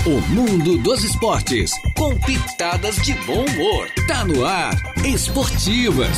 O mundo dos esportes, com pitadas de bom humor. Tá no ar, Esportivas.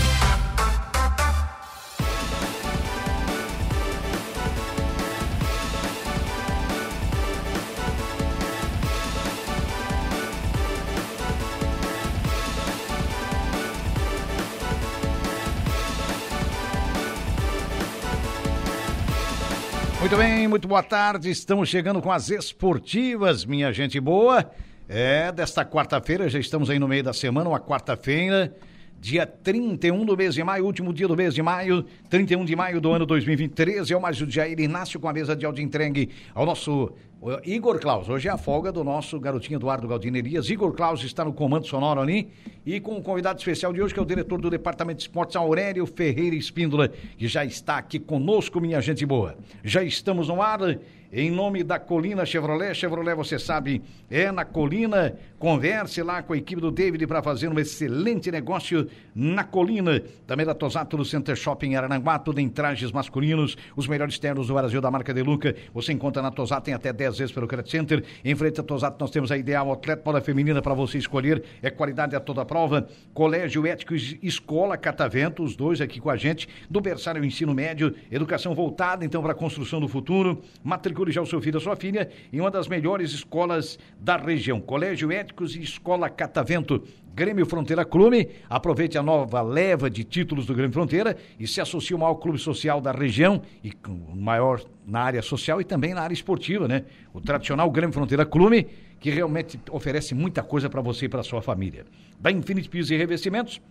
Muito bem, muito boa tarde, estamos chegando com as Esportivas, minha gente boa. Desta quarta-feira, já estamos aí no meio da semana, uma quarta-feira, dia 31 do mês de maio, último dia do mês de maio, 31 de maio do ano 2023, é o Márcio Jair Inácio com a mesa de áudio entregue ao nosso Igor Claus. Hoje é a folga do nosso garotinho Eduardo Galdinerias. Igor Claus está no comando sonoro ali e com o convidado especial de hoje, que é o diretor do Departamento de Esportes, Aurélio Ferreira Espíndola, que já está aqui conosco, minha gente boa. Já estamos no ar, em nome da Colina Chevrolet. Chevrolet, você sabe, é na Colina. Converse lá com a equipe do David para fazer um excelente negócio na Colina. Também da Tosato no Center Shopping Araranguá, tudo em trajes masculinos, os melhores ternos do Brasil da marca Deluca. Você encontra na Tosato, tem até 10 vezes pelo Credit Center. Em frente a Tosato nós temos a Ideal Atleta Moda Feminina para você escolher. É qualidade a toda prova. Colégio Ético e Escola Catavento, os dois aqui com a gente, do berçário ao ensino médio, educação voltada então para a construção do futuro. Matricule já o seu filho ou sua filha em uma das melhores escolas da região. Colégio Éticos e Escola Catavento. Grêmio Fronteira Clube, aproveite a nova leva de títulos do Grêmio Fronteira e se associe ao maior clube social da região e maior na área social e também na área esportiva, né? O tradicional Grêmio Fronteira Clube, que realmente oferece muita coisa para você e para sua família. Da Infinity Pisos e Revestimentos,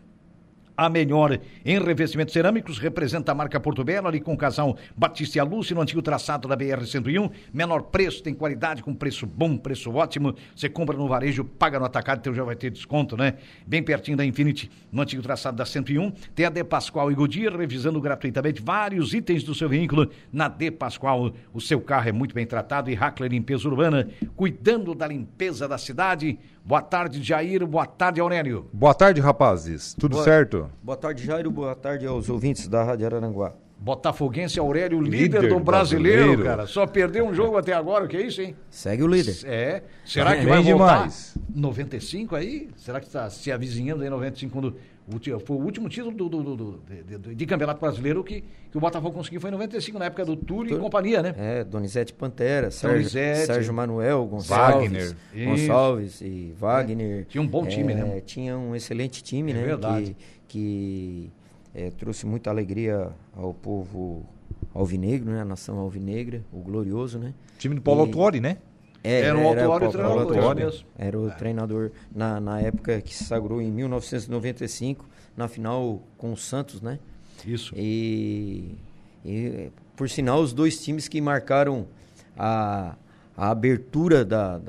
a melhor em revestimentos cerâmicos, representa a marca Porto Belo, ali com o casal Batista e a Lúcia, no antigo traçado da BR-101, menor preço, tem qualidade, com preço bom, preço ótimo, você compra no varejo, paga no atacado, então já vai ter desconto, né? Bem pertinho da Infinity, no antigo traçado da 101, tem a De Pascoal e Goodyear, revisando gratuitamente vários itens do seu veículo. Na De Pascoal, o seu carro é muito bem tratado. E Hackler Limpeza Urbana, cuidando da limpeza da cidade. Boa tarde, Jair. Boa tarde, Aurélio. Boa tarde, rapazes. Tudo certo? Boa tarde, Jairo. Boa tarde aos ouvintes da Rádio Araranguá. Botafoguense Aurélio, líder do brasileiro, cara. Só perdeu um jogo até agora, o que é isso, hein? Segue o líder. Será que vai voltar demais. 95 aí? Será que está se avizinhando aí 95 quando foi o último título de Campeonato Brasileiro que o Botafogo conseguiu, foi em 95, na época do Túlio e companhia, né? Donizete Pantera, Sérgio Manuel, Gonçalves e Wagner. Tinha um bom time, né? Tinha um excelente time, né? Verdade. Que trouxe muita alegria ao povo alvinegro, né? A nação alvinegra, o glorioso, né? Time do Paulo Autuori, né? Era o treinador. Era o treinador na época que se sagrou em 1995, na final com o Santos, né? Isso. E por sinal, os dois times que marcaram a abertura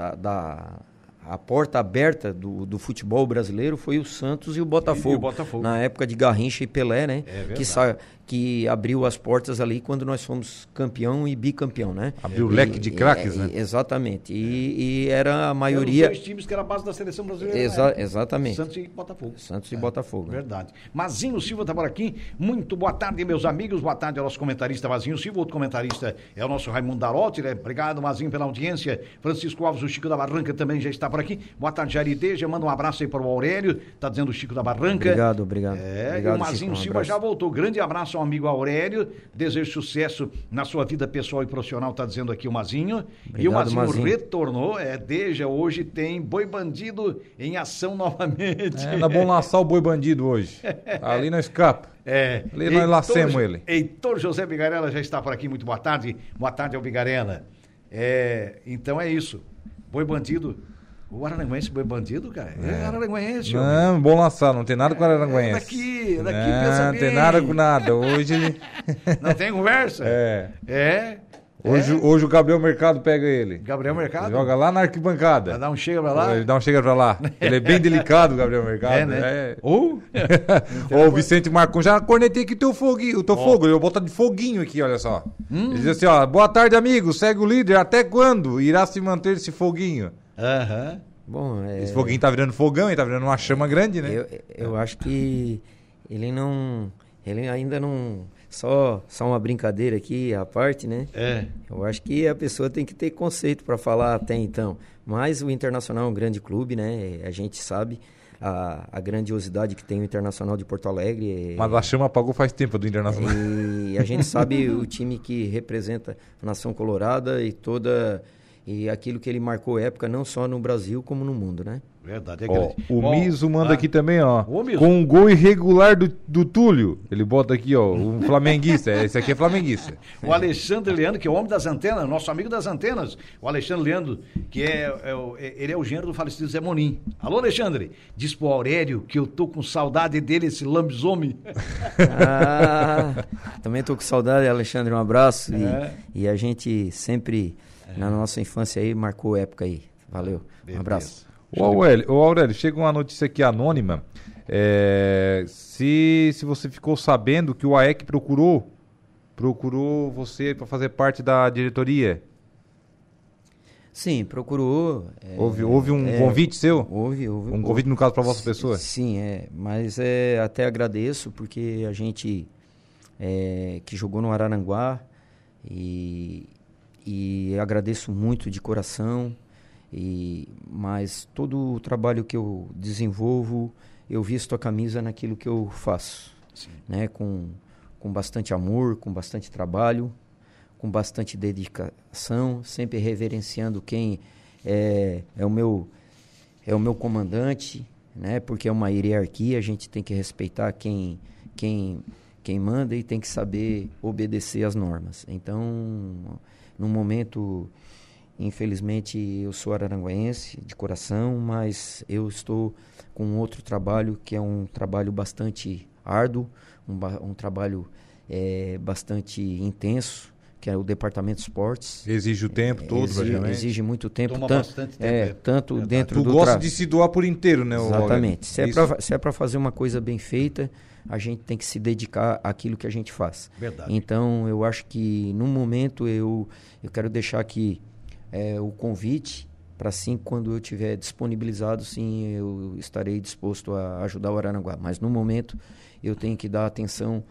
a porta aberta do futebol brasileiro foi o Santos e o Botafogo. Na época de Garrincha e Pelé, né? Que abriu as portas ali quando nós fomos campeão e bicampeão, né? Abriu o leque de craques, né? Exatamente. E era a maioria... Eram os dois times que era a base da seleção brasileira. Exatamente. Santos e Botafogo. Santos e Botafogo. Verdade. Mazinho Silva está por aqui. Muito boa tarde, meus amigos. Boa tarde ao nosso comentarista Mazinho Silva. Outro comentarista é o nosso Raimundo Darotti, né? Obrigado, Mazinho, pela audiência. Francisco Alves, o Chico da Barranca, também já está por aqui. Boa tarde, Jarideja. Manda um abraço aí para o Aurélio. Tá dizendo o Chico da Barranca. Obrigado. E o Mazinho Silva já voltou. Grande abraço ao amigo Aurélio. Desejo sucesso na sua vida pessoal e profissional, tá dizendo aqui o Mazinho. Obrigado, e o Mazinho retornou. Deja, hoje tem Boi Bandido em ação novamente. Não é bom laçar o Boi Bandido hoje. Ali não escapa. Ali nós lacemos ele. Heitor José Bigarella já está por aqui. Muito boa tarde. Boa tarde ao Bigarella. Então é isso. Boi Bandido. O Araranguense Boi Bandido, cara. É Araranguense. Não, bom laçar, não tem nada com o Araranguense. Daqui pensa bem. Não tem nada com nada. Hoje... Não tem conversa? Hoje o Gabriel Mercado pega ele. Gabriel Mercado? Joga lá na arquibancada. Vai dar um chega pra lá? Ele dá um chega pra lá. Ele é bem delicado, o Gabriel Mercado. Né? O Vicente Marcon, já cornetei aqui o teu fogo. Eu vou botar de foguinho aqui, olha só. Ele diz assim, boa tarde, amigo, segue o líder, até quando irá se manter esse foguinho? Bom, esse foguinho tá virando fogão, ele tá virando uma chama grande, né? Eu acho que ele ainda não Só uma brincadeira aqui, à parte, né? É. Eu acho que a pessoa tem que ter conceito para falar até então. Mas o Internacional é um grande clube, né? A gente sabe a grandiosidade que tem o Internacional de Porto Alegre. Mas a chama apagou faz tempo do Internacional. E a gente sabe o time que representa a nação colorada e aquilo que ele marcou época, não só no Brasil, como no mundo, né? Verdade, é Ó, grande. o Miso manda aqui também, ó. Ô, Miso. Com um gol irregular do Túlio. Ele bota aqui, ó, um flamenguista. Esse aqui é flamenguista. O Alexandre Leandro, que é o homem das antenas, nosso amigo das antenas. O Alexandre Leandro, que ele é o genro do falecido Zé Monim. Alô, Alexandre, diz pro Aurélio que eu tô com saudade dele, esse lambisomem. Também tô com saudade, Alexandre, um abraço. E a gente sempre, na nossa infância aí, marcou época aí. Valeu, um abraço. Ô Aurélio, chega uma notícia aqui anônima. Se você ficou sabendo que o AEC procurou você para fazer parte da diretoria. Sim, procurou. Houve um convite seu? Houve. Um convite, no caso, para vossa pessoa? Sim, mas até agradeço, porque a gente que jogou no Araranguá e agradeço muito de coração. Mas todo o trabalho que eu desenvolvo, eu visto a camisa naquilo que eu faço, né? Com bastante amor, com bastante trabalho, com bastante dedicação, sempre reverenciando quem é o meu comandante, né? Porque é uma hierarquia, a gente tem que respeitar quem manda e tem que saber obedecer às normas. Então, no momento, infelizmente, eu sou araranguaense de coração, mas eu estou com outro trabalho que é um trabalho bastante árduo, um trabalho bastante intenso, que é o Departamento de Esportes. Exige o tempo todo, praticamente. Exige muito tempo. Toma bastante tempo. Tanto dentro do... Tu gosta de se doar por inteiro, né? Exatamente. Se é para fazer uma coisa bem feita, a gente tem que se dedicar àquilo que a gente faz. Verdade. Então, eu acho que, no momento, eu quero deixar aqui o convite para, sim, quando eu estiver disponibilizado, sim, eu estarei disposto a ajudar o Araranguá. Mas, no momento, eu tenho que dar atenção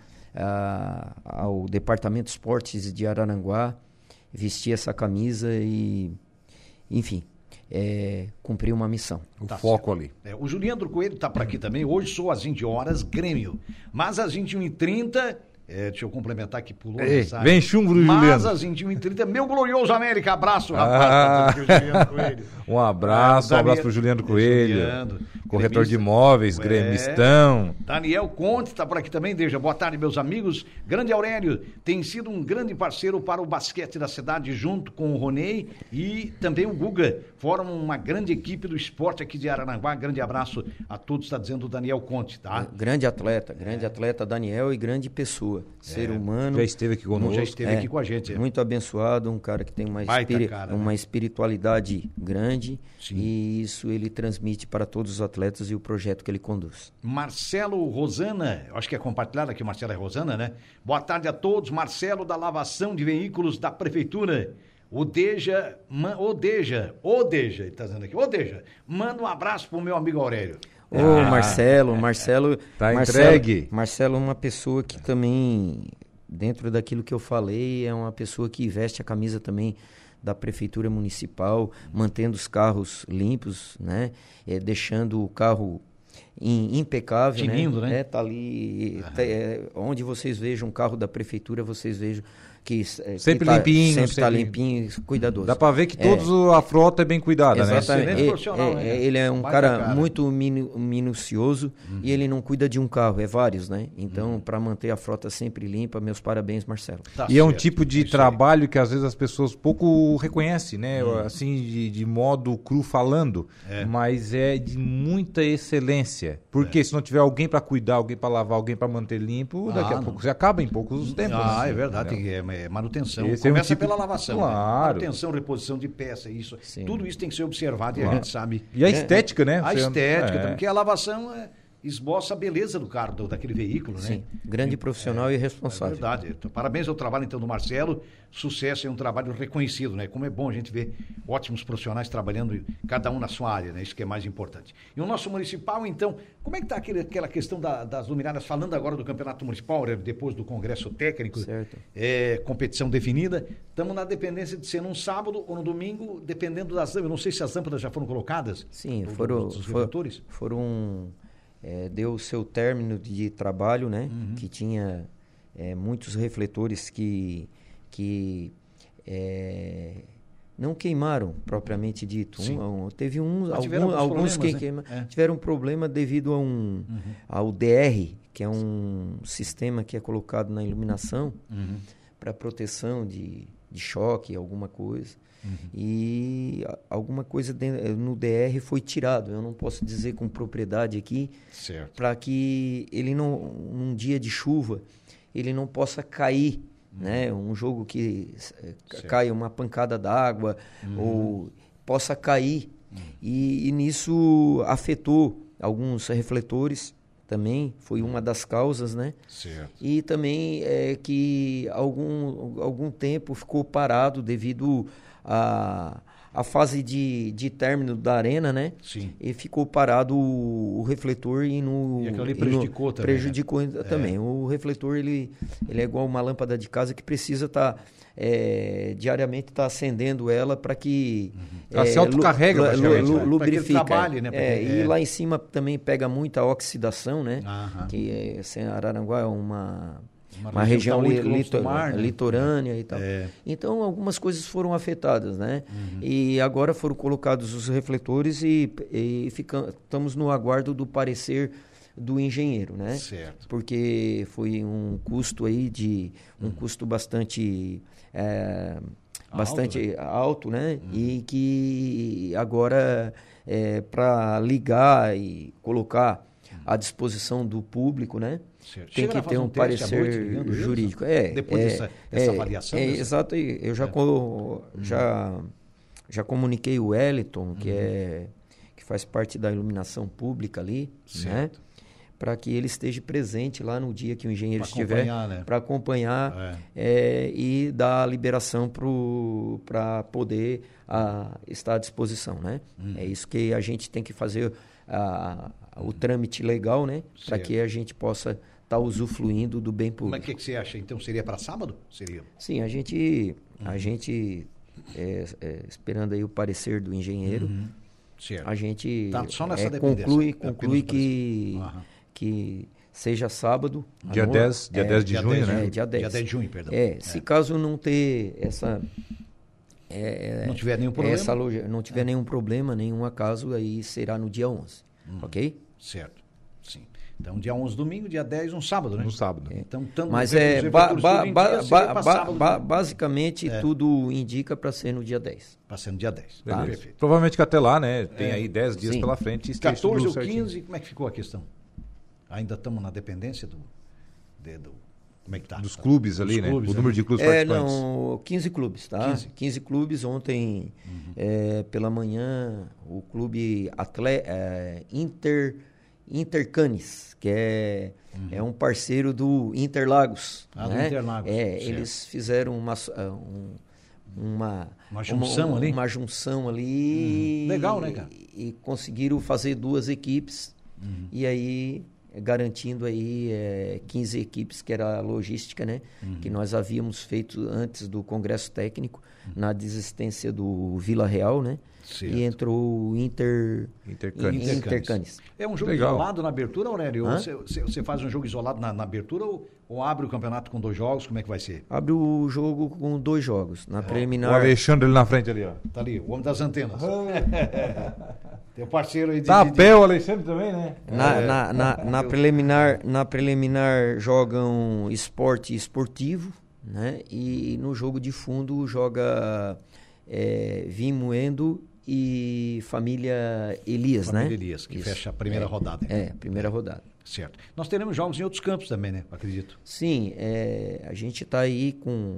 ao Departamento de Esportes de Araranguá, vestir essa camisa e, enfim, cumprir uma missão. O foco ali. O Juliandro Coelho está por aqui também. Hoje sou às 20 horas, Grêmio. Mas às 21h30... deixa eu complementar que pulou. Vem chumbo do Juliano. Mas às 21h30, meu glorioso América. Abraço, rapaz. Juliano Coelho. Um abraço pro Juliano Coelho. Corretor de imóveis, gremistão. Daniel Conte está por aqui também. Boa tarde, meus amigos. Grande Aurélio tem sido um grande parceiro para o basquete da cidade, junto com o Ronei e também o Guga. Formam uma grande equipe do esporte aqui de Araranguá. Grande abraço a todos, está dizendo o Daniel Conte, tá? Grande atleta Daniel, e grande pessoa, ser humano. Já esteve aqui conosco. Já esteve aqui com a gente. Muito abençoado, um cara que tem uma espiritualidade grande. Sim. E isso ele transmite para todos os atletas e o projeto que ele conduz. Marcelo Rosana, acho que é compartilhado aqui, Marcelo é Rosana, né? Boa tarde a todos, Marcelo da Lavação de Veículos da Prefeitura. Odeja, ele tá dizendo aqui, manda um abraço pro meu amigo Aurélio. Marcelo... Tá entregue. Marcelo é uma pessoa que também, dentro daquilo que eu falei, é uma pessoa que veste a camisa também da Prefeitura Municipal, mantendo os carros limpos, né? Deixando o carro impecável, lindo, né? Tá ali, onde vocês vejam um carro da Prefeitura, vocês vejam que sempre limpinho, sempre tá limpinho, cuidadoso. Dá para ver que a frota é bem cuidada, exatamente, né? Ele é um cara muito minucioso e ele não cuida de um carro, é vários, né? Então, para manter a frota sempre limpa, meus parabéns, Marcelo. Tá e certo, é um tipo de trabalho que às vezes as pessoas pouco reconhecem, né? Assim, de modo cru falando, mas é de muita excelência. Porque se não tiver alguém para cuidar, alguém para lavar, alguém para manter limpo, daqui a pouco você acaba em poucos tempos. É verdade, manutenção. Esse começa pela lavação. Claro. Manutenção, reposição de peça, isso. Sim. Tudo isso tem que ser observado e a gente sabe. E a estética, né? A estética também, porque a lavação esboça a beleza do carro, daquele veículo, né? Sim, grande profissional e responsável. É verdade. Então, parabéns ao trabalho, então, do Marcelo. Sucesso, é um trabalho reconhecido, né? Como é bom a gente ver ótimos profissionais trabalhando, cada um na sua área, né? Isso que é mais importante. E o nosso municipal, então, como é que está aquela questão das luminárias, falando agora do campeonato municipal, depois do congresso técnico, Certo. competição definida, estamos na dependência de ser num sábado ou no domingo, dependendo das lâmpadas. Eu não sei se as lâmpadas já foram colocadas. Sim, dos refletores. foram deu o seu término de trabalho, né? Que tinha muitos refletores que não queimaram propriamente dito. Teve alguns que tiveram problema devido ao DR, que é um sistema que é colocado na iluminação para proteção de choque, alguma coisa. E alguma coisa no DR foi tirado. Eu não posso dizer com propriedade aqui, para que ele não, num dia de chuva, ele não possa cair, né? Um jogo que caia uma pancada d'água ou possa cair. E nisso afetou alguns refletores também, foi uma das causas, né? Certo. E também que algum tempo ficou parado devido a fase de término da arena, né? Sim. E ficou parado o refletor e aquilo ali prejudicou também. Prejudicou também. O refletor, ele é igual uma lâmpada de casa que precisa estar diariamente acendendo ela para que ela se autocarrega, lubrifica. Trabalhe, né? E lá em cima também pega muita oxidação, né? Que Araranguá é uma região litorânea, né? E tal. Então, algumas coisas foram afetadas, né? E agora foram colocados os refletores e estamos no aguardo do parecer do engenheiro, né? Certo. Porque foi um custo aí um custo bastante alto, né? E que agora para ligar e colocar à disposição do público, né? Certo. Tem que ter um parecer jurídico. Depois dessa avaliação? Exato. Eu já comuniquei o Wellington, que faz parte da iluminação pública ali, né? Para que ele esteja presente lá no dia que o engenheiro estiver, para acompanhar e dar a liberação para poder estar à disposição, né? É isso que a gente tem que fazer o trâmite legal, né? Para que a gente possa estar usufruindo do bem público. Mas o que você acha? Então seria para sábado? Seria? Sim, a gente esperando aí o parecer do engenheiro, a gente só nessa conclui que seja sábado. Dia 10 de junho, né? Dia 10 de junho, perdão. Se caso não ter não tiver nenhum problema. Não tiver nenhum problema, nenhum acaso, aí será no dia 11, ok? Certo, sim. Então, dia 11, domingo, dia 10, um sábado, né? Um sábado. Então, mas basicamente tudo indica para ser no dia 10. Para ser no dia 10. Tá? Perfeito. Provavelmente que até lá, né? Tem aí 10 dias pela frente. 14 ou 15, como é que ficou a questão? Ainda estamos na dependência do como é que tá? Dos clubes ali, né? O número de clubes participantes. Não, 15 clubes, tá? 15 clubes. Ontem, pela manhã, o clube Intercanis, que é um parceiro do Interlagos. Do Interlagos. Eles fizeram uma junção ali? Uma junção ali. Legal, né, cara? E conseguiram fazer 2 equipes. E aí, garantindo aí 15 equipes, que era a logística, né? Que nós havíamos feito antes do Congresso Técnico, na desistência do Vila Real, né? Certo. E entrou o Intercanis. É um jogo isolado na abertura, Aurélio? Você faz um jogo isolado na abertura ou abre o campeonato com 2 jogos? Como é que vai ser? Abre o jogo com 2 jogos. Na preliminar... O Alexandre ali na frente ali, ó. Tá ali, o homem das antenas. Teu parceiro aí Tá a pé o Alexandre também, né? Na preliminar jogam esporte e esportivo, né? E no jogo de fundo joga Vimoendo e Família Elias, né? Família Elias, que fecha a primeira rodada. Primeira rodada. Certo. Nós teremos jogos em outros campos também, né? Acredito. Sim, a gente está aí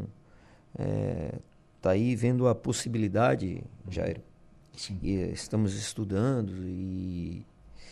tá aí vendo a possibilidade, Jair. Sim. E estamos estudando e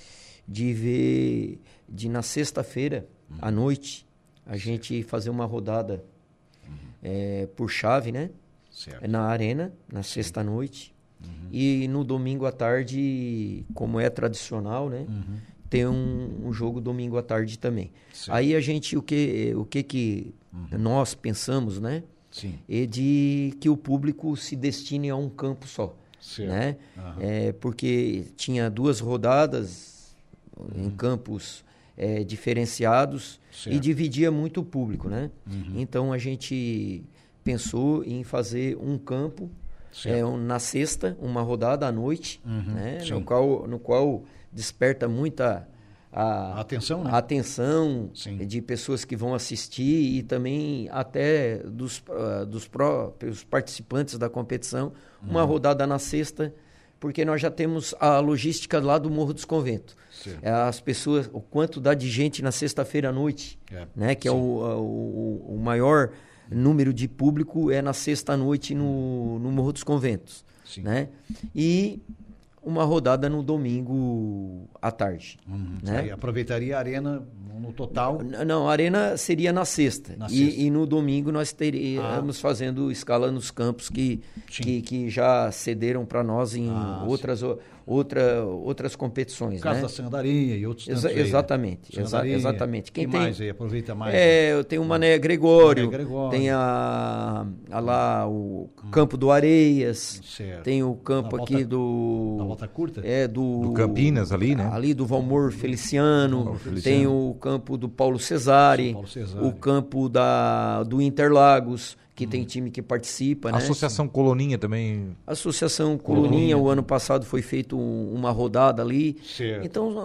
de na sexta-feira à noite a gente fazer uma rodada por chave, né? Certo. Na arena, na sexta-noite. E no domingo à tarde, como é tradicional, né? Tem um jogo domingo à tarde também. Certo. Aí a gente, o que nós pensamos, né? Sim. É de que o público se destine a um campo só. Certo. Né? Porque tinha 2 rodadas em campos diferenciados Certo. e dividia muito o público, né? Então a gente pensou em fazer um campo na sexta, uma rodada à noite, né? no qual desperta muita a atenção, né? A atenção Sim. de pessoas que vão assistir e também até dos próprios participantes da competição, uma rodada na sexta, porque nós já temos a logística lá do Morro dos Conventos. As pessoas, o quanto dá de gente na sexta-feira à noite, né? Que é o maior número de público é na sexta-noite no Morro dos Conventos. Sim. Né? E uma rodada no domingo à tarde. Né? Aí aproveitaria a arena no total? Não, a arena seria na sexta. E no domingo nós teríamos fazendo escala nos campos que já cederam para nós em outras competições. Por causa né? da Sandaria e outros tantos aí, exatamente. né? Sandaria, Exatamente. Quem mais aí? Aproveita mais. Eu tenho o Mané Gregório, tem lá o Campo do Areias, certo. tem o campo aqui do... Da volta curta? Do Campinas ali, né? Ali do Valmor Feliciano, tem o campo do Paulo Cesare, o campo do Interlagos, que tem time que participa, né? Associação Coloninha também. Associação Coloninha, o ano passado foi feito uma rodada ali. Certo.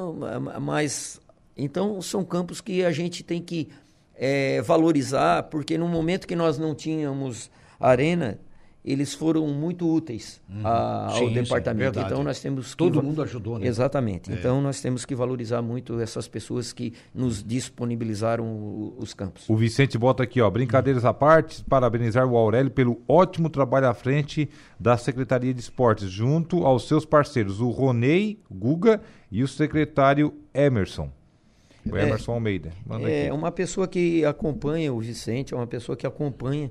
Então são campos que a gente tem que valorizar, porque no momento que nós não tínhamos arena, eles foram muito úteis ao departamento. Então nós temos que... Todo mundo ajudou, né? Exatamente. Então nós temos que valorizar muito essas pessoas que nos disponibilizaram os campos. O Vicente bota aqui, ó, brincadeiras à parte, parabenizar o Aurélio pelo ótimo trabalho à frente da Secretaria de Esportes, junto aos seus parceiros, o Ronei, Guga e o secretário Emerson. O Emerson Almeida. Manda aqui. Uma pessoa que acompanha o Vicente, é uma pessoa que acompanha...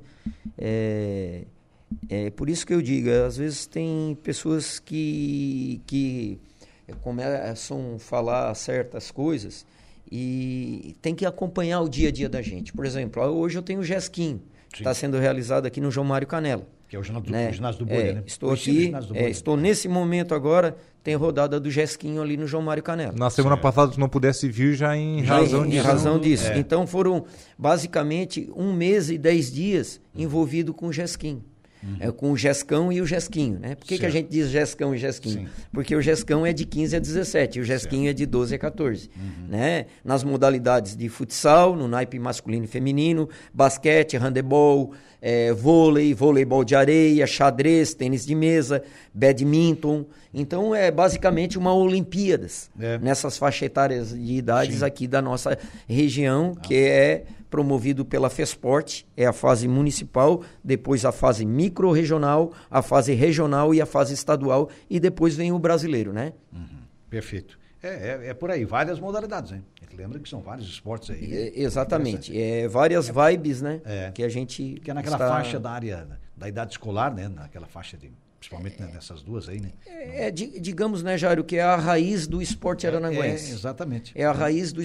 por isso que eu digo, às vezes tem pessoas que começam a falar certas coisas e tem que acompanhar o dia a dia da gente. Por exemplo, hoje eu tenho o Jesquinho, que está sendo realizado aqui no João Mário Canela. Que é o ginásio do Bolha, né? Estou aqui, estou nesse momento agora, tem rodada do Jesquinho ali no João Mário Canela. Na semana passada, se não pudesse vir, em razão disso. Então foram basicamente 1 mês e 10 dias envolvido com o Jesquinho. Com o Jescão e o Jesquinho, né? Por que a gente diz Jescão e Jesquinho? Sim. Porque o Jescão é de 15 a 17 e o Jesquinho é de 12 a 14. Né? Nas modalidades de futsal, no naipe masculino e feminino, basquete, handebol, vôlei, voleibol de areia, xadrez, tênis de mesa, badminton. Então é basicamente uma Olimpíadas nessas faixas etárias de idades aqui da nossa região, que é promovido pela FESPORT, é a fase municipal, depois a fase micro-regional, a fase regional e a fase estadual, e depois vem o brasileiro, né? Perfeito. É por aí, várias modalidades, hein? Lembra que são vários esportes aí. Exatamente, várias vibes, né? Que a gente... Que é naquela faixa da área, da idade escolar, né? Naquela faixa de... Principalmente nessas duas aí, né? Digamos, né, Jairo, que é a raiz do esporte aranaguense. Exatamente. É a raiz do...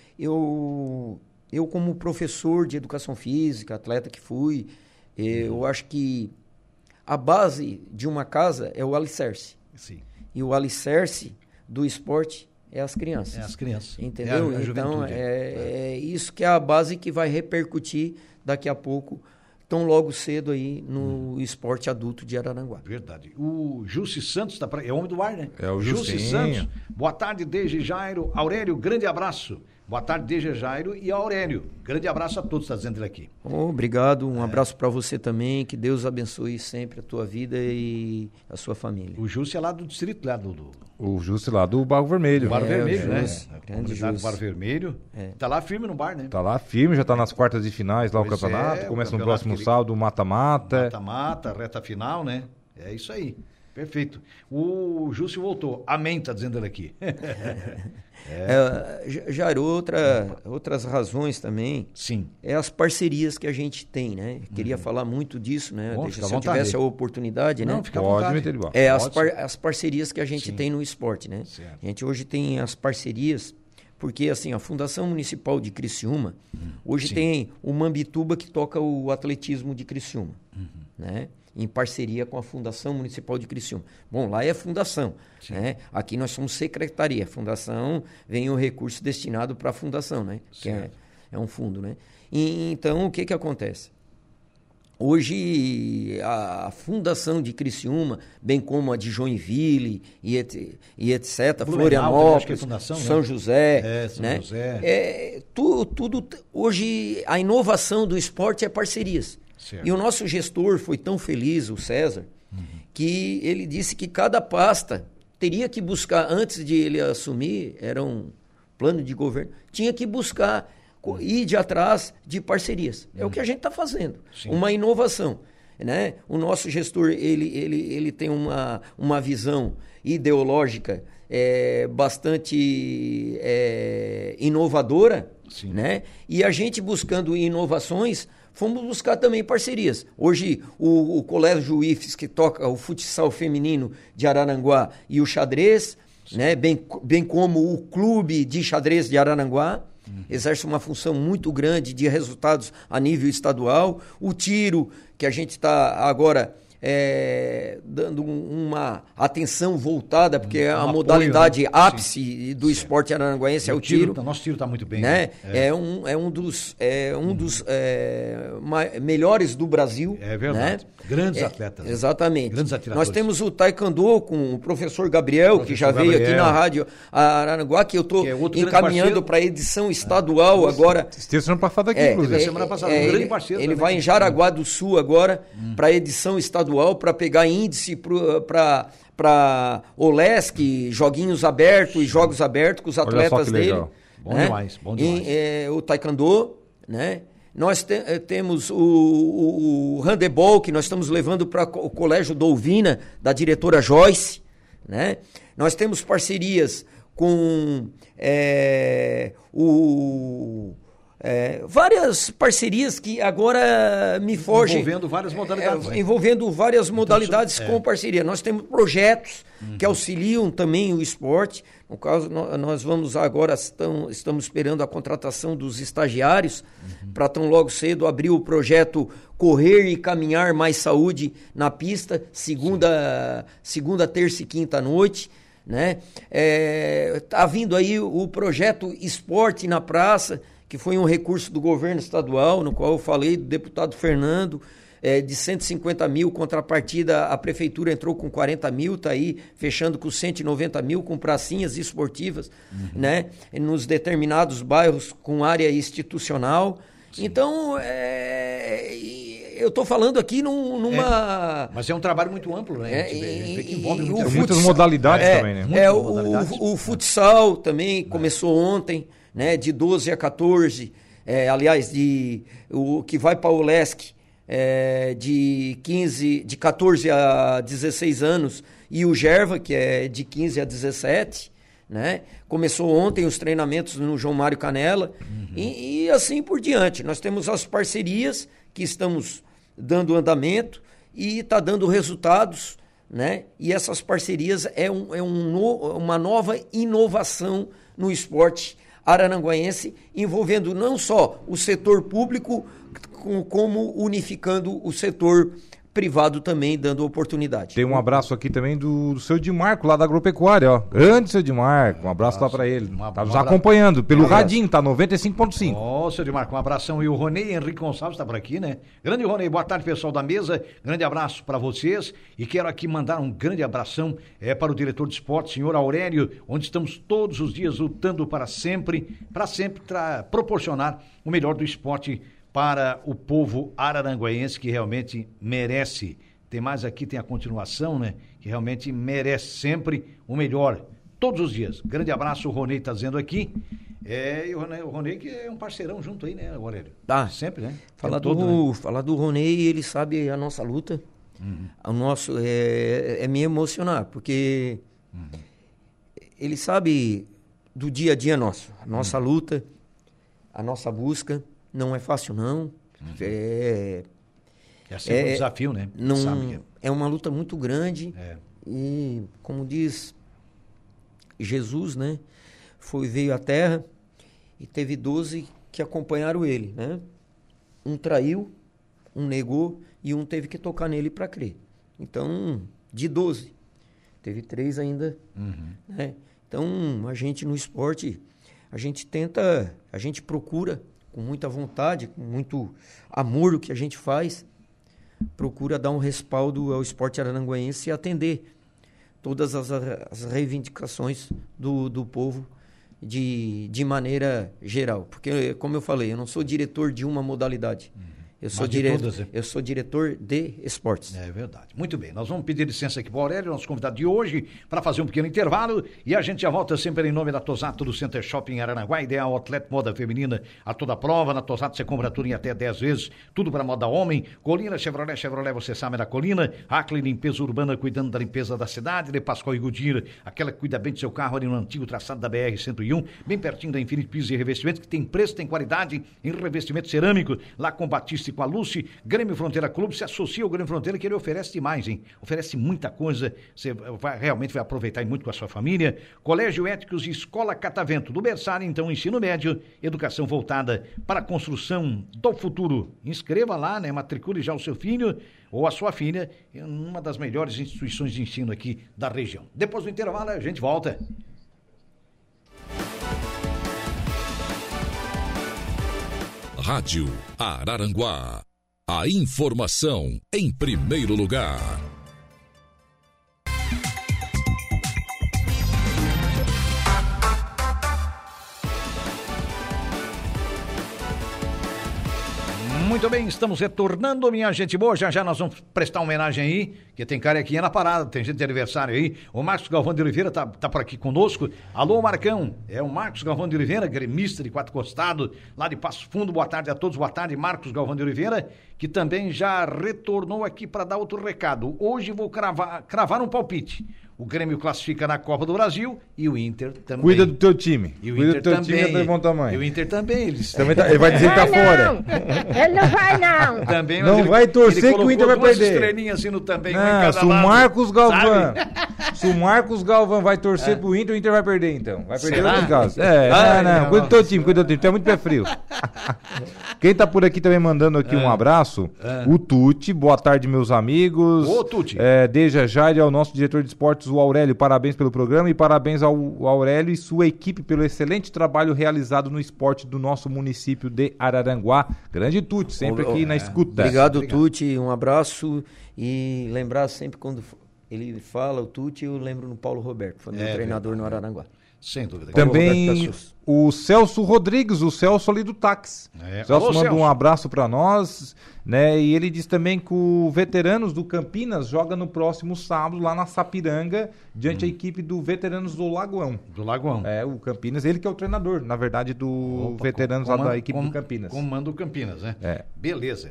Eu, como professor de educação física, atleta que fui, eu acho que a base de uma casa é o alicerce. Sim. E o alicerce do esporte é as crianças. As crianças. Entendeu? Então, isso que é a base que vai repercutir daqui a pouco, tão logo cedo aí no esporte adulto de Araranguá. Verdade. O Jussi Santos, é homem do ar, né? É o Jussi Santos. Boa tarde, Deje Jairo. Aurélio, grande abraço. Boa tarde, Deje Jairo e Aurélio. Grande abraço a todos, está dizendo ele aqui. Obrigado, um abraço para você também, que Deus abençoe sempre a tua vida e a sua família. O Jussi é lá do distrito, lá do... O Jussi lá do Barro Vermelho. Barro Vermelho, né? Grande Jussi. Barro Vermelho. Tá lá firme no bar, né? Tá lá firme, já tá nas quartas de finais lá o campeonato. Começa no próximo sábado, mata-mata. Mata-mata, reta final, né? É isso aí. Perfeito. O Júcio voltou. Amém, tá dizendo ele aqui. Jairo, outras razões também. Sim. É as parcerias que a gente tem, né? Queria falar muito disso, né? Bom, se eu tivesse a oportunidade, não, né? Fica à Pode vontade. meter de bola. As parcerias que a gente tem no esporte, né? Certo. A gente hoje tem as parcerias, porque assim, a Fundação Municipal de Criciúma, hoje tem o Mambituba que toca o atletismo de Criciúma, né? Em parceria com a Fundação Municipal de Criciúma. Bom, lá é fundação, né? Aqui nós somos secretaria. Fundação, vem o recurso destinado para a fundação, né? Que é um fundo, né? Então, o que acontece? Hoje, a Fundação de Criciúma, bem como a de Joinville e etc., Florianópolis, fundação, São José, São né? José. Tudo, hoje, a inovação do esporte é parcerias. Certo. E o nosso gestor foi tão feliz, o César, que ele disse que cada pasta teria que buscar, antes de ele assumir, era um plano de governo, tinha que buscar ir de atrás de parcerias. É o que a gente está fazendo. Sim. Uma inovação. Né? O nosso gestor ele tem uma visão ideológica bastante inovadora, né? E a gente buscando inovações, fomos buscar também parcerias. Hoje, o Colégio IFES, que toca o futsal feminino de Araranguá e o xadrez, né? Bem como o clube de xadrez de Araranguá, exerce uma função muito grande de resultados a nível estadual. O tiro, que a gente está agora dando uma atenção voltada, porque a apoio, modalidade né? ápice do esporte araranguaense é o tiro. Nosso tiro está muito bem. Né? Um dos melhores do Brasil. É verdade. Né? Grandes atletas. Exatamente. Grandes atiradores. Nós temos o taekwondo com o professor Gabriel, que já veio aqui na rádio Araranguá, que eu estou encaminhando para a edição estadual agora. Semana passada aqui, inclusive. Semana passada, um grande parceiro. Ele vai em Jaraguá do Sul agora para a edição estadual, para pegar índice para OLESC, joguinhos abertos e jogos abertos com os atletas dele. Legal. Bom, né? Demais, bom demais. O taekwondo, né? Nós temos o handebol, que nós estamos levando para o Colégio Dolvina, da diretora Joyce, né? Nós temos parcerias com várias parcerias que agora me fogem. Envolvendo várias modalidades. Envolvendo várias modalidades com parceria. Nós temos projetos que auxiliam também o esporte. No caso, nós vamos agora, estamos esperando a contratação dos estagiários para tão logo cedo abrir o projeto Correr e Caminhar Mais Saúde na Pista, segunda, terça e quinta noite. Né? Tá vindo aí o projeto Esporte na Praça, que foi um recurso do governo estadual, no qual eu falei do deputado Fernando, de 150 mil, contrapartida a prefeitura entrou com 40 mil, está aí fechando com 190 mil, com pracinhas esportivas, né? Nos determinados bairros com área institucional. Sim. Então, eu estou falando aqui numa... Mas é um trabalho muito amplo, né? Que envolve muitas modalidades também, né? O futsal também começou ontem, né? De 12 a 14, aliás, o que vai para o OLESC, de 14 a 16 anos, e o Gerva, que é de 15 a 17, né? Começou ontem os treinamentos no João Mário Canela, e assim por diante. Nós temos as parcerias que estamos dando andamento e está dando resultados, né? E essas parcerias uma nova inovação no esporte araranguaense, envolvendo não só o setor público, como unificando o setor privado também, dando oportunidade. Tem um abraço aqui também do seu Dimarco, lá da Agropecuária, ó. Grande seu Dimarco, um abraço lá pra ele. Tá nos acompanhando pelo radinho, tá 95.5. Ó, seu Dimarco, um abração. E o Ronei Henrique Gonçalves tá por aqui, né? Grande Ronei, boa tarde, pessoal da mesa. Grande abraço para vocês. E quero aqui mandar um grande abração para o diretor de esporte, senhor Aurélio, onde estamos todos os dias lutando para sempre proporcionar o melhor do esporte para o povo araranguaense, que realmente merece. Tem mais aqui, tem a continuação, né? Que realmente merece sempre o melhor, todos os dias. Grande abraço, o Ronei está dizendo aqui. E o Ronei que é um parceirão junto aí, né, Aurélio? Tá. Sempre, né? Falar do Ronei, ele sabe a nossa luta, O nosso é me emocionar, porque ele sabe do dia a dia nosso, a nossa luta, a nossa busca. Não é fácil, não. É sempre um desafio, né? Não, é uma luta muito grande. E, como diz Jesus, né? Veio à Terra e teve 12 que acompanharam ele, né? Um traiu, um negou e um teve que tocar nele para crer. Então, de 12, teve 3 ainda, né? Então, a gente no esporte, a gente procura com muita vontade, com muito amor o que a gente faz, procura dar um respaldo ao esporte araranguaense e atender todas as reivindicações do povo de maneira geral. Porque, como eu falei, eu não sou diretor de uma modalidade. Eu sou diretor de esportes. É verdade. Muito bem, nós vamos pedir licença aqui para o Aurélio, nosso convidado de hoje, para fazer um pequeno intervalo e a gente já volta sempre em nome da Tosato do Center Shopping Araranguá, ideal outlet moda feminina a toda prova. Na Tosato você compra tudo em até 10 vezes, tudo para moda homem. Colina Chevrolet, você sabe da Colina. Acre Limpeza Urbana, cuidando da limpeza da cidade. De Pascoal e Goodyear, aquela que cuida bem do seu carro ali no antigo traçado da BR-101, bem pertinho da Infinity Pisos e Revestimentos, que tem preço, tem qualidade em revestimento cerâmico, lá com Batista e com a Lucy. Grêmio Fronteira Clube, se associa ao Grêmio Fronteira, que ele oferece demais, hein? Oferece muita coisa, você realmente vai aproveitar muito com a sua família. Colégio Éticos e Escola Catavento, do berçário, então, ensino médio, educação voltada para a construção do futuro. Inscreva lá, né? Matricule já o seu filho ou a sua filha em uma das melhores instituições de ensino aqui da região. Depois do intervalo, a gente volta. Rádio Araranguá. A informação em primeiro lugar. Muito bem, estamos retornando, minha gente boa. Já nós vamos prestar uma homenagem aí, que tem carequinha na parada, tem gente de aniversário aí. O Marcos Galvão de Oliveira tá por aqui conosco. Alô, Marcão, é o Marcos Galvão de Oliveira, gremista de Quatro Costados, lá de Passo Fundo. Boa tarde a todos, boa tarde, Marcos Galvão de Oliveira, que também já retornou aqui para dar outro recado. Hoje vou cravar um palpite. O Grêmio classifica na Copa do Brasil e o Inter também. Cuida do teu time. E o Inter também. Time é de bom tamanho. E o Inter também. Ele vai dizer que tá fora. Ele não vai, não. Também, não vai torcer que o Inter vai perder. Estrelinhas assim no também. Não, se o Marcos Galvão... Se o Marcos Galvão vai torcer pro Inter, o Inter vai perder, então. Vai perder em casa. Não. Cuida do teu time, Tu é muito pé frio. Quem tá por aqui também mandando aqui um abraço, o Tuti. Boa tarde, meus amigos. Ô, Tuti. Desde já e ao nosso diretor de esportes, o Aurélio. Parabéns pelo programa e parabéns ao Aurélio e sua equipe pelo excelente trabalho realizado no esporte do nosso município de Araranguá. Grande Tuti, sempre aqui na escuta. Obrigado, Tuti. Um abraço e lembrar sempre quando ele fala o Tuti, eu lembro no Paulo Roberto, foi meu treinador no Araranguá. Sem dúvida. Também o Celso Rodrigues, o Celso ali do táxi. O Celso manda um abraço para nós, né? E ele diz também que o Veteranos do Campinas joga no próximo sábado lá na Sapiranga, diante da equipe do Veteranos do Lagoão. Do Lagoão. O Campinas, ele que é o treinador, na verdade, do Veteranos lá da equipe do Campinas. Comando o Campinas, né? Beleza.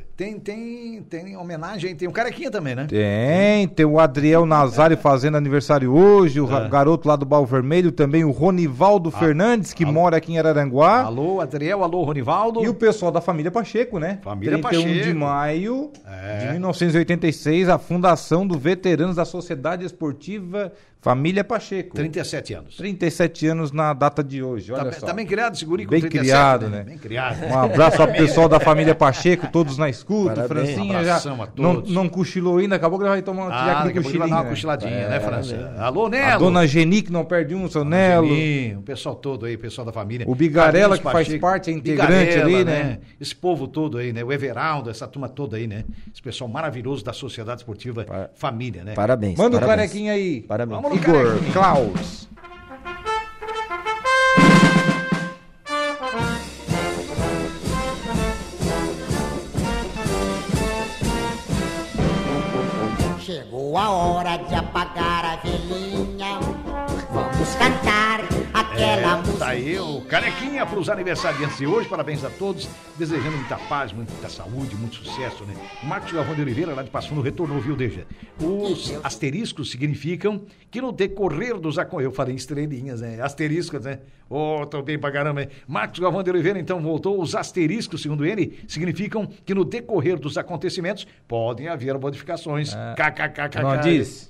Tem homenagem, tem um carequinha também, né? Tem o Adriel Nazário fazendo aniversário hoje, o garoto lá do Barro Vermelho, também o Ronivaldo Fernandes, que mora aqui em Araranguá. Alô, Adriel, alô, Ronivaldo. E o pessoal da família Pacheco, né? Família 31 Pacheco. de maio de 1986, a fundação do Veteranos da Sociedade Esportiva Família Pacheco. 37 anos. 37 anos na data de hoje, olha só. Tá bem criado esse guri com bem 37, criado, né? Bem criado. Um abraço ao pessoal da família Pacheco, todos na escuta. Parabéns. Francinha já não cochilou ainda, acabou que ele vai tomar aquele cochilinho. Vai dar uma cochiladinha, né, França? Alô, Nelo. A dona Geni, que não perde um, seu Nelo. O pessoal todo aí, o pessoal da família. O Bigarela, que faz parte, é integrante ali, né? Esse povo todo aí, né? O Everaldo, essa turma toda aí, né? Esse pessoal maravilhoso da Sociedade Esportiva Família, né? Parabéns. Manda o carequinha aí. Parabéns. Igor Klaus. Chegou a hora de apagar a velhinha. Vamos cantar aquela aquela música. Tá aí o Carequinha pros aniversariantes de hoje. Parabéns a todos. Desejando muita paz, muita saúde, muito sucesso, né? Marcos Galvão de Oliveira, lá de Passo Fundo, retornou, viu, Deja? Os asteriscos significam que no decorrer dos eu falei estrelinhas, né? Asteriscos, né? Tô bem pra caramba, hein? Marcos Galvão de Oliveira, então, voltou. Os asteriscos, segundo ele, significam que no decorrer dos acontecimentos podem haver modificações. KKKK. Não diz?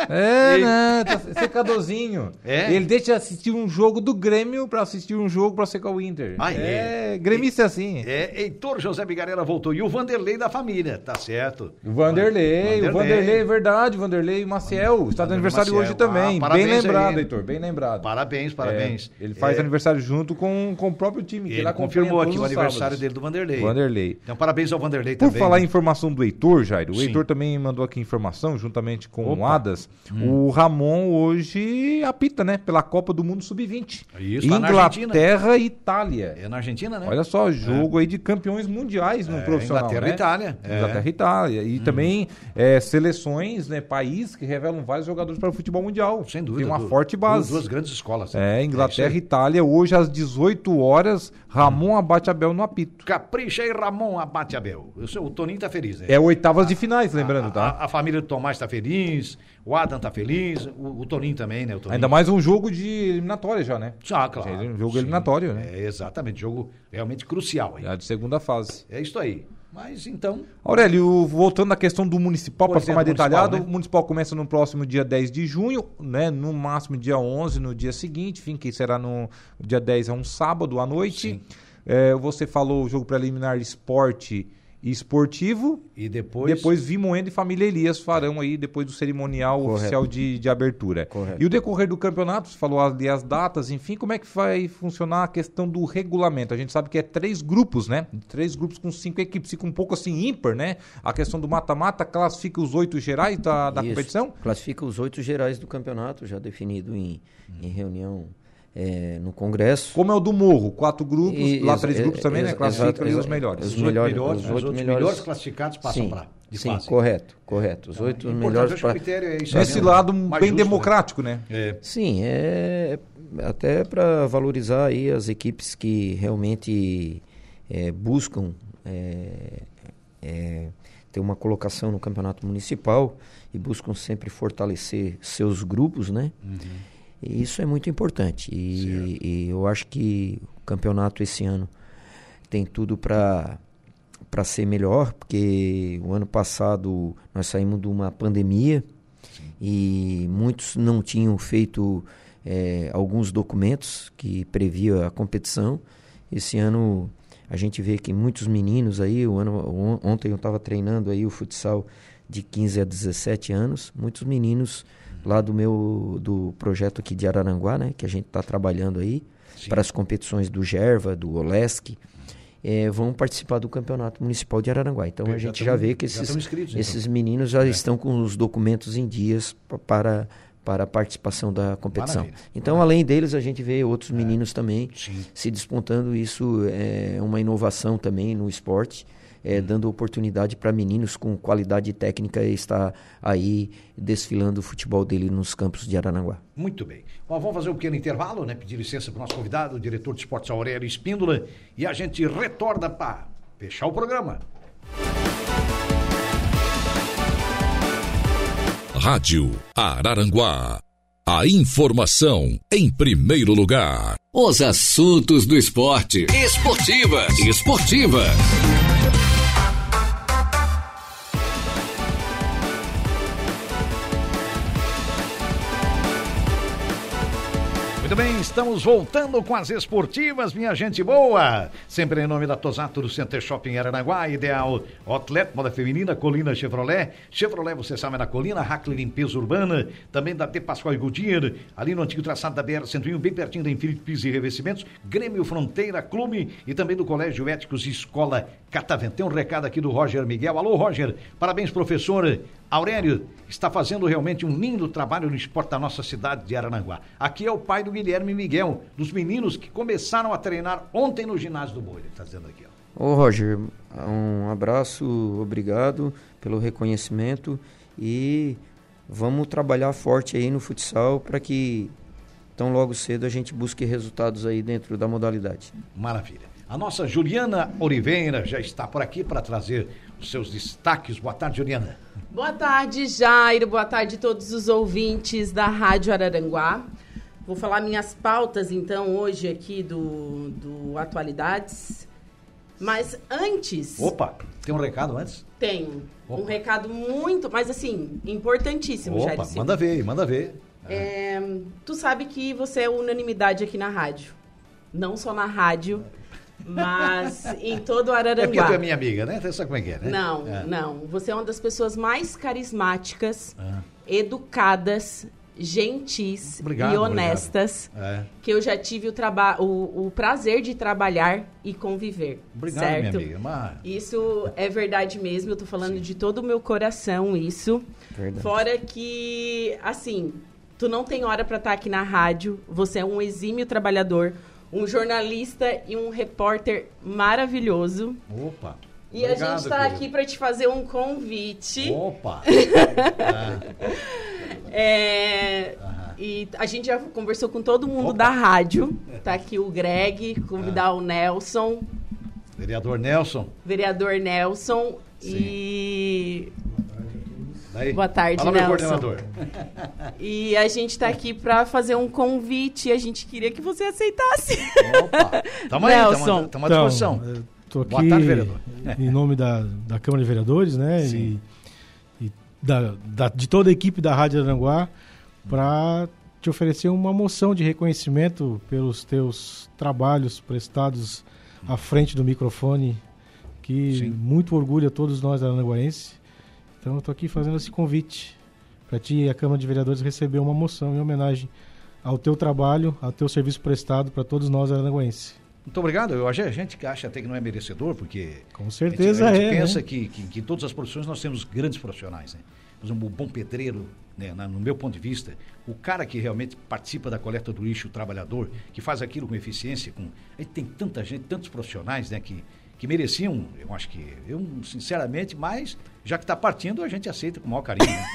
Tá secadorzinho. Ele deixa de assistir um jogo do Grêmio pra assistir um jogo pra secar o Inter. Gremista é assim. Heitor José Bigarella voltou. E o Vanderlei da família, tá certo. O Vanderlei, é verdade. O Vanderlei Maciel está de aniversário Maciel. Hoje também. Bem lembrado, Heitor, bem lembrado. Parabéns. Ele faz aniversário junto com o próprio time. Ele confirmou aqui o aniversário dele do Vanderlei. Então, parabéns ao Vanderlei também. Por falar em informação do Heitor, Jairo, o Heitor também mandou aqui informação, juntamente com o Adas. O Ramon hoje apita, né? Pela Copa do Mundo Sub-20. Isso, Inglaterra e Itália. É na Argentina, né? Olha só, jogo aí de campeões mundiais no profissional. Inglaterra e Itália. Inglaterra e Itália. E também seleções, né? Países que revelam vários jogadores para o futebol mundial. Sem dúvida. Tem uma forte base. Duas grandes escolas. Inglaterra e Itália, hoje às 18 horas, Ramon Abate Abel no apito. Capricha aí, Ramon Abate Abel. O Toninho tá feliz, né? É oitavas de finais, lembrando, tá? A família do Tomás tá feliz, o Adam tá feliz, o Toninho também, né? O Toninho. Ainda mais um jogo de eliminatória já, né? Claro. Um jogo eliminatório, né? Exatamente, jogo realmente crucial aí. Já de segunda fase. É isso aí. Mas então... Aurélio, voltando à questão do municipal, para ficar mais detalhado, né? O municipal começa no próximo dia 10 de junho, né? No máximo dia 11 no dia seguinte, enfim, que será no dia 10 é um sábado à noite. Você falou o jogo preliminar Esporte e Esportivo. E depois Vimoendo e Família Elias farão aí, depois do cerimonial oficial de abertura. Correto. E o decorrer do campeonato, você falou ali as datas, enfim, como é que vai funcionar a questão do regulamento? A gente sabe que é 3 grupos, né? 3 grupos com 5 equipes, fica um pouco assim ímpar, né? A questão do mata-mata classifica os 8 gerais da competição? Classifica os 8 gerais do campeonato, já definido em reunião no Congresso. Como é o do Morro? 4 grupos, lá 3 grupos também, né? Classifica ali os melhores. Os 8 melhores classificados passam para de fase. Sim, correto. Os 8 melhores... Esse lado bem democrático, né? Sim, até para valorizar aí as equipes que realmente buscam ter uma colocação no campeonato municipal e buscam sempre fortalecer seus grupos, né? E isso é muito importante. E eu acho que o campeonato esse ano tem tudo para ser melhor, porque o ano passado nós saímos de uma pandemia e muitos não tinham feito alguns documentos que previam a competição. Esse ano a gente vê que muitos meninos aí, ontem eu estava treinando aí o futsal de 15 a 17 anos, muitos meninos lá do projeto aqui de Araranguá, né, que a gente está trabalhando aí para as competições do Gerva, do Olesc, vão participar do Campeonato Municipal de Araranguá. Então a gente já vê que esses meninos já estão com os documentos em dias para a participação da competição. Maravilha. Então, além deles, a gente vê outros meninos também se despontando. Isso é uma inovação também no esporte. Dando oportunidade para meninos com qualidade técnica estar aí desfilando o futebol dele nos campos de Araranguá. Muito bem. Bom, vamos fazer um pequeno intervalo, né? Pedir licença para o nosso convidado, o diretor de esportes Aurélio Espíndola, e a gente retorna para fechar o programa. Rádio Araranguá. A informação em primeiro lugar. Os assuntos do esporte. Esportivas. Muito bem, estamos voltando com as esportivas, minha gente boa. Sempre em nome da Tosato do Center Shopping Araranguá, Ideal Outlet, moda feminina, Colina Chevrolet. Chevrolet, você sabe, na Colina, Hackley Limpeza Urbana, também da De Pascoal e Goodyear, ali no antigo traçado da BR-101, bem pertinho da Infinity Pisos e Revestimentos, Grêmio Fronteira Clube e também do Colégio Éticos e Escola Catavento. Tem um recado aqui do Roger Miguel. Alô, Roger, parabéns, professor. Aurélio está fazendo realmente um lindo trabalho no esporte da nossa cidade de Araranguá. Aqui é o pai do Guilherme Miguel, dos meninos que começaram a treinar ontem no ginásio do Boi. Ele está dizendo aqui, ó. Ô Roger, um abraço, obrigado pelo reconhecimento e vamos trabalhar forte aí no futsal para que Então, logo cedo, a gente busque resultados aí dentro da modalidade. Maravilha. A nossa Juliana Oliveira já está por aqui para trazer os seus destaques. Boa tarde, Juliana. Boa tarde, Jairo. Boa tarde a todos os ouvintes da Rádio Araranguá. Vou falar minhas pautas, então, hoje aqui do Atualidades. Mas antes... Opa, tem um recado antes? Tenho. Opa. Um recado muito, mas assim, importantíssimo, Jairo. Opa, manda ver. Tu sabe que você é unanimidade aqui na rádio. Não só na rádio, mas em todo o Araranguá. É porque tu é minha amiga, né? Você sabe como é que é, né? Não. Você é uma das pessoas mais carismáticas, educadas, gentis e honestas que eu já tive o prazer de trabalhar e conviver. Obrigado, certo? minha amiga. Isso é verdade mesmo, eu tô falando de todo o meu coração, isso. Verdade. Fora que, assim, tu não tem hora para estar aqui na rádio, você é um exímio trabalhador, um jornalista e um repórter maravilhoso. Opa. E obrigado, a gente está aqui para te fazer um convite. Opa! E a gente já conversou com todo mundo da rádio. Tá aqui o Greg, convidar o Nelson. Vereador Nelson. Sim. E... Daí. Boa tarde, fala, Nelson. Meu coordenador. E a gente está aqui para fazer um convite e a gente queria que você aceitasse. Opa! Tamo aí, Nelson. Tamo à disposição. Estou aqui boa tarde, vereador. Em nome da Câmara de Vereadores, né? Sim. E de toda a equipe da Rádio Araranguá para te oferecer uma moção de reconhecimento pelos teus trabalhos prestados à frente do microfone, que muito orgulha todos nós aranguaenses. Então, eu estou aqui fazendo esse convite para ti e a Câmara de Vereadores receber uma moção em homenagem ao teu trabalho, ao teu serviço prestado para todos nós aranguaenses. Muito obrigado. A gente acha até que não é merecedor, porque... Com certeza a gente pensa né? que em todas as profissões nós temos grandes profissionais, né? Por exemplo, o bom pedreiro, né? No meu ponto de vista, o cara que realmente participa da coleta do lixo, o trabalhador, que faz aquilo com eficiência, a gente tem tanta gente, tantos profissionais, né? Que mereciam, eu acho que, sinceramente, mas já que está partindo, a gente aceita com o maior carinho. Né?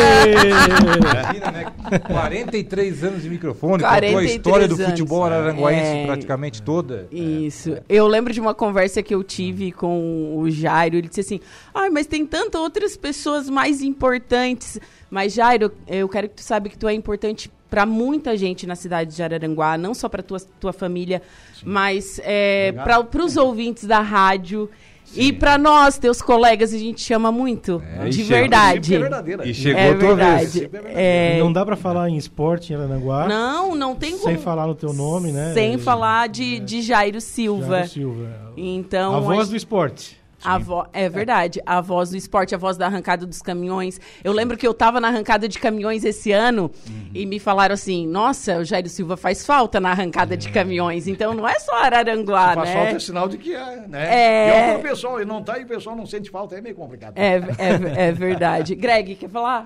Imagina, né? 43 anos de microfone, contou a história do futebol araranguaense praticamente toda. Isso. Eu lembro de uma conversa que eu tive com o Jairo, ele disse assim, mas tem tantas outras pessoas mais importantes. Mas, Jairo, eu quero que tu saiba que tu é importante para muita gente na cidade de Araranguá, não só para tua família, mas para os ouvintes da rádio. Sim. E para nós, teus colegas, a gente chama muito, de verdade. E chegou a tua vez. Não dá para falar em esporte em Araranguá. Não tem como. Sem falar no teu nome, né? Sem falar de Jairo Silva. Então, a voz do esporte. É verdade, a voz do esporte, a voz da arrancada dos caminhões. Eu lembro que eu estava na arrancada de caminhões esse ano e me falaram assim, nossa, o Jairo Silva faz falta na arrancada de caminhões. Então não é só Araranguá, faz né? Faz falta é sinal de que né? E o pessoal não tá e o pessoal não sente falta, é meio complicado. É verdade. Greg, quer falar?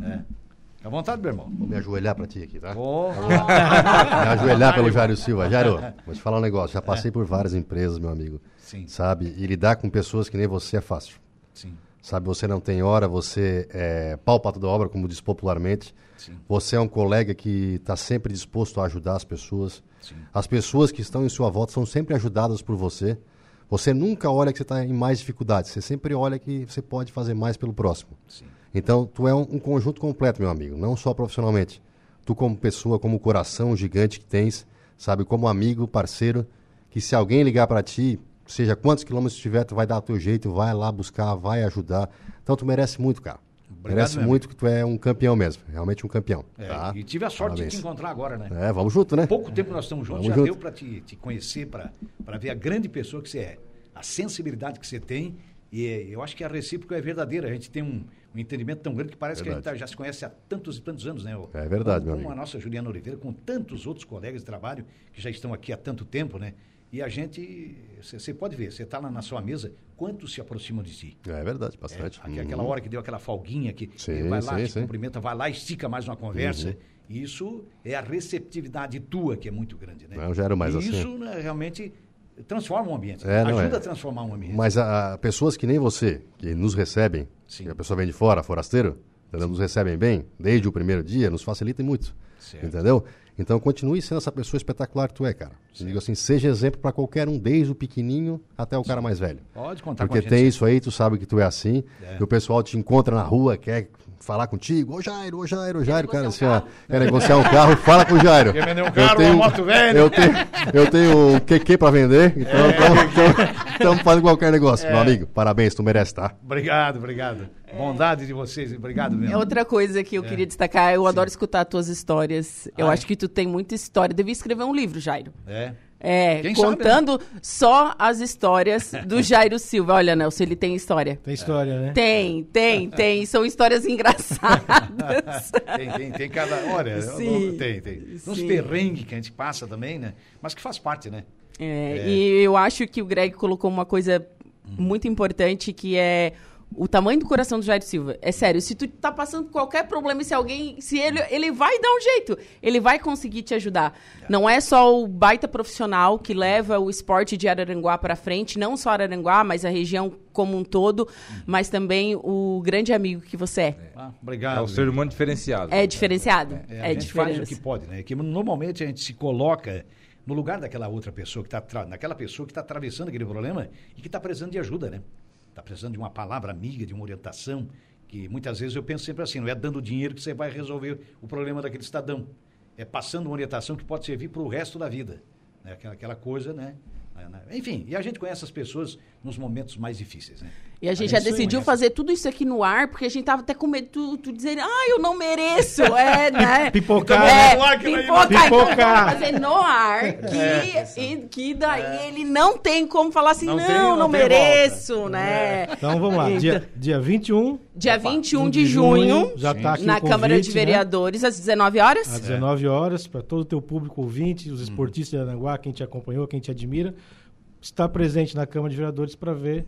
À vontade, meu irmão. Vou me ajoelhar pra ti aqui, tá? Me ajoelhar pelo Jairo Silva. Jairo, vou te falar um negócio. Já passei por várias empresas, meu amigo. Sim. Sabe? E lidar com pessoas que nem você é fácil. Sim. Sabe? Você não tem hora, você é pau pra toda obra, como diz popularmente. Sim. Você é um colega que está sempre disposto a ajudar as pessoas. Sim. As pessoas que estão em sua volta são sempre ajudadas por você. Você nunca olha que você está em mais dificuldades. Você sempre olha que você pode fazer mais pelo próximo. Sim. Então, tu é um conjunto completo, meu amigo. Não só profissionalmente. Tu como pessoa, como coração gigante que tens, sabe? Como amigo, parceiro, que se alguém ligar para ti, seja quantos quilômetros tiver, tu vai dar o teu jeito, vai lá buscar, vai ajudar. Então, tu merece muito, cara. Obrigado, merece muito, que tu é um campeão mesmo. Realmente um campeão. Tá? E tive a sorte de te encontrar agora, né? Vamos junto, né? Pouco tempo nós estamos juntos, deu para te conhecer, para ver a grande pessoa que você é. A sensibilidade que você tem. E eu acho que a recíproca é verdadeira. A gente tem um entendimento tão grande que parece que a gente já se conhece há tantos e tantos anos, né? É verdade, meu amigo. Com a nossa Juliana Oliveira, com tantos outros colegas de trabalho que já estão aqui há tanto tempo, né? E a gente, você pode ver, você está lá na sua mesa, quantos se aproximam de ti? É verdade, bastante. Aquela hora que deu aquela folguinha, que vai lá, te cumprimenta, vai lá, estica mais uma conversa. Isso é a receptividade tua, que é muito grande, né? Não gero mais e assim. Isso, né, realmente transforma o ambiente, ajuda a transformar um ambiente. Mas pessoas que nem você, que nos recebem, que a pessoa vem de fora, forasteiro, nos recebem bem, desde o primeiro dia, nos facilitem muito, entendeu? Então continue sendo essa pessoa espetacular que tu é, cara. Eu digo assim, seja exemplo para qualquer um, desde o pequenininho até o cara mais velho. Pode contar porque com a gente. Tem isso aí, tu sabe que tu é assim, e o pessoal te encontra na rua, quer falar contigo, ô Jairo, cara, assim, ó, quer negociar um carro, fala com o Jairo. Quer vender um carro, uma moto velha? Eu tenho um QQ pra vender, então estamos fazendo qualquer negócio. Meu amigo, parabéns, tu merece, tá? Obrigado. Bondade de vocês, obrigado mesmo. Outra coisa que eu queria destacar, eu adoro escutar as tuas histórias. Eu acho que tu tem muita história. Devia escrever um livro, Jairo. Quem contando sabe, né? só as histórias do Jairo Silva. Olha, Nelson, ele tem história. Tem história, né? Tem. São histórias engraçadas. tem cada... Olha, Sim. tem. Uns perrengues que a gente passa também, né? Mas que faz parte, né? E eu acho que o Greg colocou uma coisa muito importante, que é o tamanho do coração do Jairo Silva. É sério, se tu tá passando por qualquer problema, se ele vai dar um jeito, ele vai conseguir te ajudar. Não é só o baita profissional que leva o esporte de Araranguá para frente, não só Araranguá, mas a região como um todo, mas também o grande amigo que você é. Obrigado. É o ser humano diferenciado. É diferenciado. A gente faz o que pode, né? Que normalmente a gente se coloca no lugar daquela outra pessoa que naquela pessoa que está atravessando aquele problema e que está precisando de ajuda, né? Está precisando de uma palavra amiga, de uma orientação, que muitas vezes eu penso sempre assim, não é dando dinheiro que você vai resolver o problema daquele cidadão. É passando uma orientação que pode servir para o resto da vida. Né? Aquela coisa, né? Enfim, e a gente conhece as pessoas nos momentos mais difíceis, né? E a gente já decidiu fazer tudo isso aqui no ar, porque a gente tava até com medo de tu dizer, eu não mereço, né? Pipocar. Pipocar. Então vamos fazer no ar, que daí ele não tem como falar assim, não mereço, né? Então vamos lá, dia 21. Dia 21 de junho, já tá aqui na o convite, Câmara de Vereadores, às 19 horas. Às 19 horas, para todo o teu público ouvinte, os esportistas de Araranguá, quem te acompanhou, quem te admira, está presente na Câmara de Vereadores para ver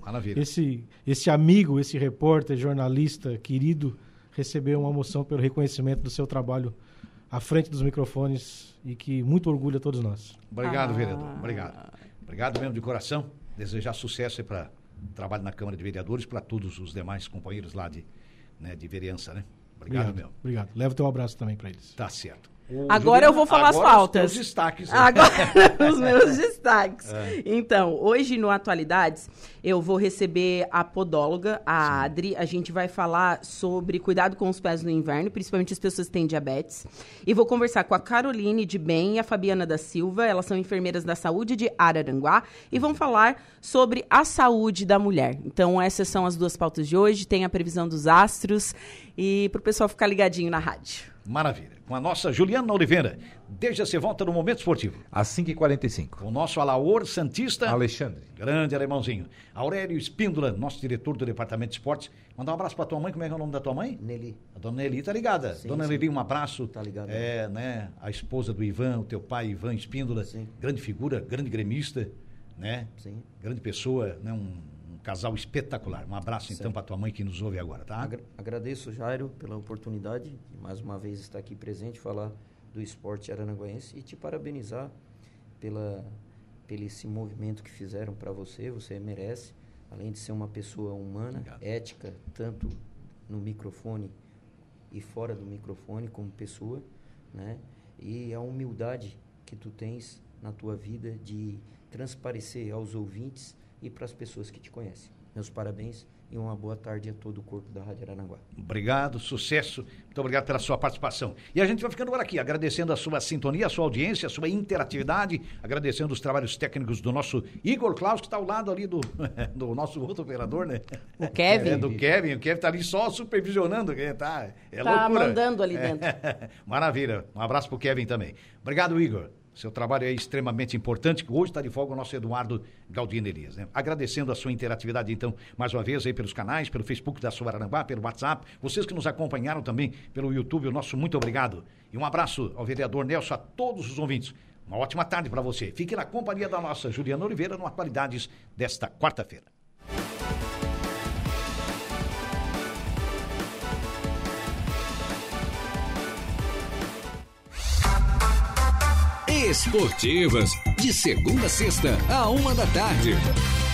esse amigo, esse repórter, jornalista querido, receber uma moção pelo reconhecimento do seu trabalho à frente dos microfones e que muito orgulha a todos nós. Obrigado, vereador. Obrigado mesmo de coração. Desejar sucesso para o trabalho na Câmara de Vereadores, para todos os demais companheiros lá de vereança, né? Obrigado mesmo. Obrigado. Leva o teu abraço também para eles. Tá certo. Agora eu vou falar as pautas. Os destaques. Agora os meus destaques. Então, hoje no Atualidades, eu vou receber a podóloga, a Adri. A gente vai falar sobre cuidado com os pés no inverno, principalmente as pessoas que têm diabetes. E vou conversar com a Caroline de Bem e a Fabiana da Silva. Elas são enfermeiras da saúde de Araranguá e vão falar sobre a saúde da mulher. Então, essas são as duas pautas de hoje. Tem a previsão dos astros e para o pessoal ficar ligadinho na rádio. Maravilha. Com a nossa Juliana Oliveira. Desde você volta no Momento Esportivo. Às 5h45. Com o nosso Alaor Santista. Alexandre. Grande alemãozinho. Aurélio Espíndola, nosso diretor do Departamento de Esportes. Mandar um abraço pra tua mãe. Como é que é o nome da tua mãe? Nelly. A dona Nelly tá ligada. Sim, dona Nelly, um abraço. Tá ligada. Né? A esposa do Ivan, o teu pai, Ivan Espíndola. Sim. Grande figura, grande gremista, né? Sim. Grande pessoa, né? Um casal espetacular. Um abraço, então, para tua mãe que nos ouve agora, tá? Agradeço, Jairo, pela oportunidade de mais uma vez estar aqui presente, falar do esporte araranguaense e te parabenizar pelo esse movimento que fizeram para você. Você merece, além de ser uma pessoa humana, ética, tanto no microfone e fora do microfone como pessoa, né? E a humildade que tu tens na tua vida de transparecer aos ouvintes e para as pessoas que te conhecem. Meus parabéns e uma boa tarde a todo o corpo da Rádio Araranguá. Obrigado, sucesso. Muito obrigado pela sua participação. E a gente vai ficando por aqui, agradecendo a sua sintonia, a sua audiência, a sua interatividade, agradecendo os trabalhos técnicos do nosso Igor Klaus, que está ao lado ali do nosso outro operador, né? O Kevin. Do Kevin. O Kevin está ali só supervisionando. Tá loucura. Mandando ali dentro. Maravilha. Um abraço para o Kevin também. Obrigado, Igor. Seu trabalho é extremamente importante, que hoje está de folga o nosso Eduardo Galdino Elias, né? Agradecendo a sua interatividade, então, mais uma vez aí pelos canais, pelo Facebook da sua Araranguá, pelo WhatsApp, vocês que nos acompanharam também pelo YouTube, o nosso muito obrigado. E um abraço ao vereador Nelson, a todos os ouvintes. Uma ótima tarde para você. Fique na companhia da nossa Juliana Oliveira no Atualidades desta quarta-feira. Esportivas, de segunda a sexta, à 1h da tarde.